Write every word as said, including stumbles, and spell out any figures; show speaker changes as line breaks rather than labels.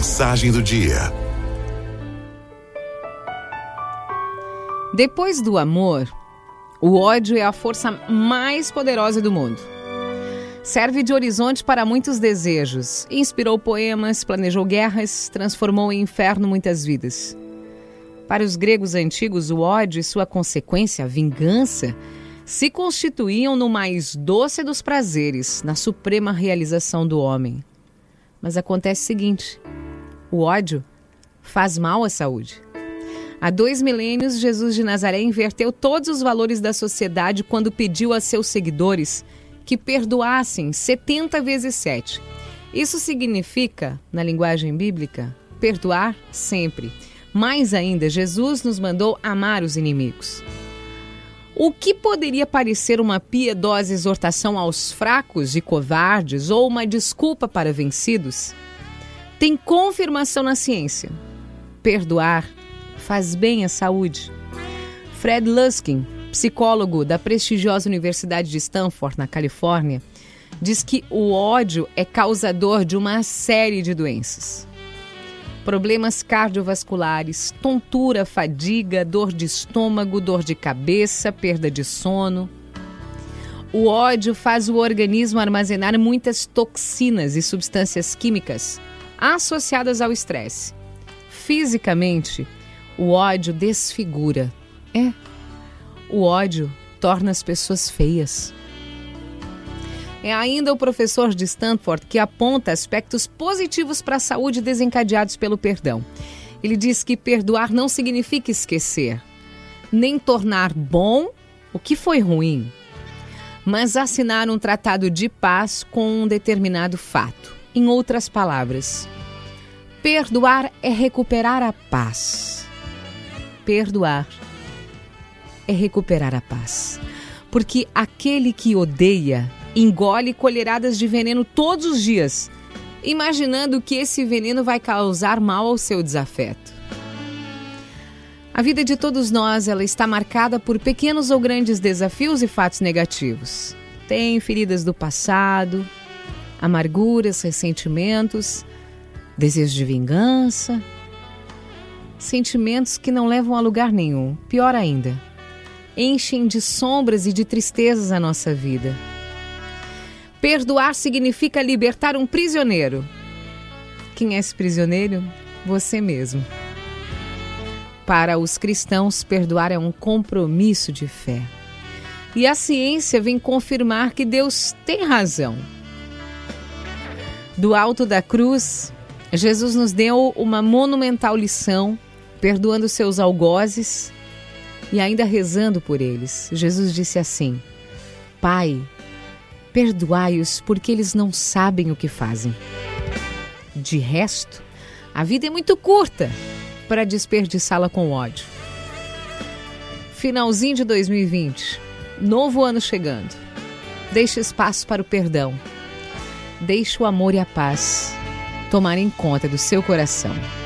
Mensagem do dia.
Depois do amor, o ódio é a força mais poderosa do mundo. Serve de horizonte para muitos desejos, inspirou poemas, planejou guerras, transformou em inferno muitas vidas. Para os gregos antigos, o ódio e sua consequência, a vingança, se constituíam no mais doce dos prazeres, na suprema realização do homem. Mas acontece o seguinte: o ódio faz mal à saúde. Há dois milênios, Jesus de Nazaré inverteu todos os valores da sociedade quando pediu a seus seguidores que perdoassem setenta vezes sete. Isso significa, na linguagem bíblica, perdoar sempre. Mais ainda, Jesus nos mandou amar os inimigos. O que poderia parecer uma piedosa exortação aos fracos e covardes ou uma desculpa para vencidos, tem confirmação na ciência. Perdoar faz bem à saúde. Fred Luskin, psicólogo da prestigiosa Universidade de Stanford, na Califórnia, diz que o ódio é causador de uma série de doenças. Problemas cardiovasculares, tontura, fadiga, dor de estômago, dor de cabeça, perda de sono. O ódio faz o organismo armazenar muitas toxinas e substâncias químicas associadas ao estresse. Fisicamente, o ódio desfigura. É, o ódio torna as pessoas feias. É ainda o professor de Stanford que aponta aspectos positivos para a saúde desencadeados pelo perdão. Ele diz que perdoar não significa esquecer, nem tornar bom o que foi ruim, mas assinar um tratado de paz com um determinado fato. Em outras palavras, perdoar é recuperar a paz. Perdoar é recuperar a paz. Porque aquele que odeia engole colheradas de veneno todos os dias, imaginando que esse veneno vai causar mal ao seu desafeto. A vida de todos nós, ela está marcada por pequenos ou grandes desafios e fatos negativos. Tem feridas do passado, amarguras, ressentimentos, desejos de vingança, sentimentos que não levam a lugar nenhum. Pior ainda, enchem de sombras e de tristezas a nossa vida. Perdoar significa libertar um prisioneiro. Quem é esse prisioneiro? Você mesmo. Para os cristãos, perdoar é um compromisso de fé. E a ciência vem confirmar que Deus tem razão. Do alto da cruz, Jesus nos deu uma monumental lição, perdoando seus algozes e ainda rezando por eles. Jesus disse assim: Pai, perdoai-os porque eles não sabem o que fazem. De resto, a vida é muito curta para desperdiçá-la com ódio. Finalzinho de dois mil e vinte, novo ano chegando. Deixe espaço para o perdão. Deixe o amor e a paz tomarem conta do seu coração.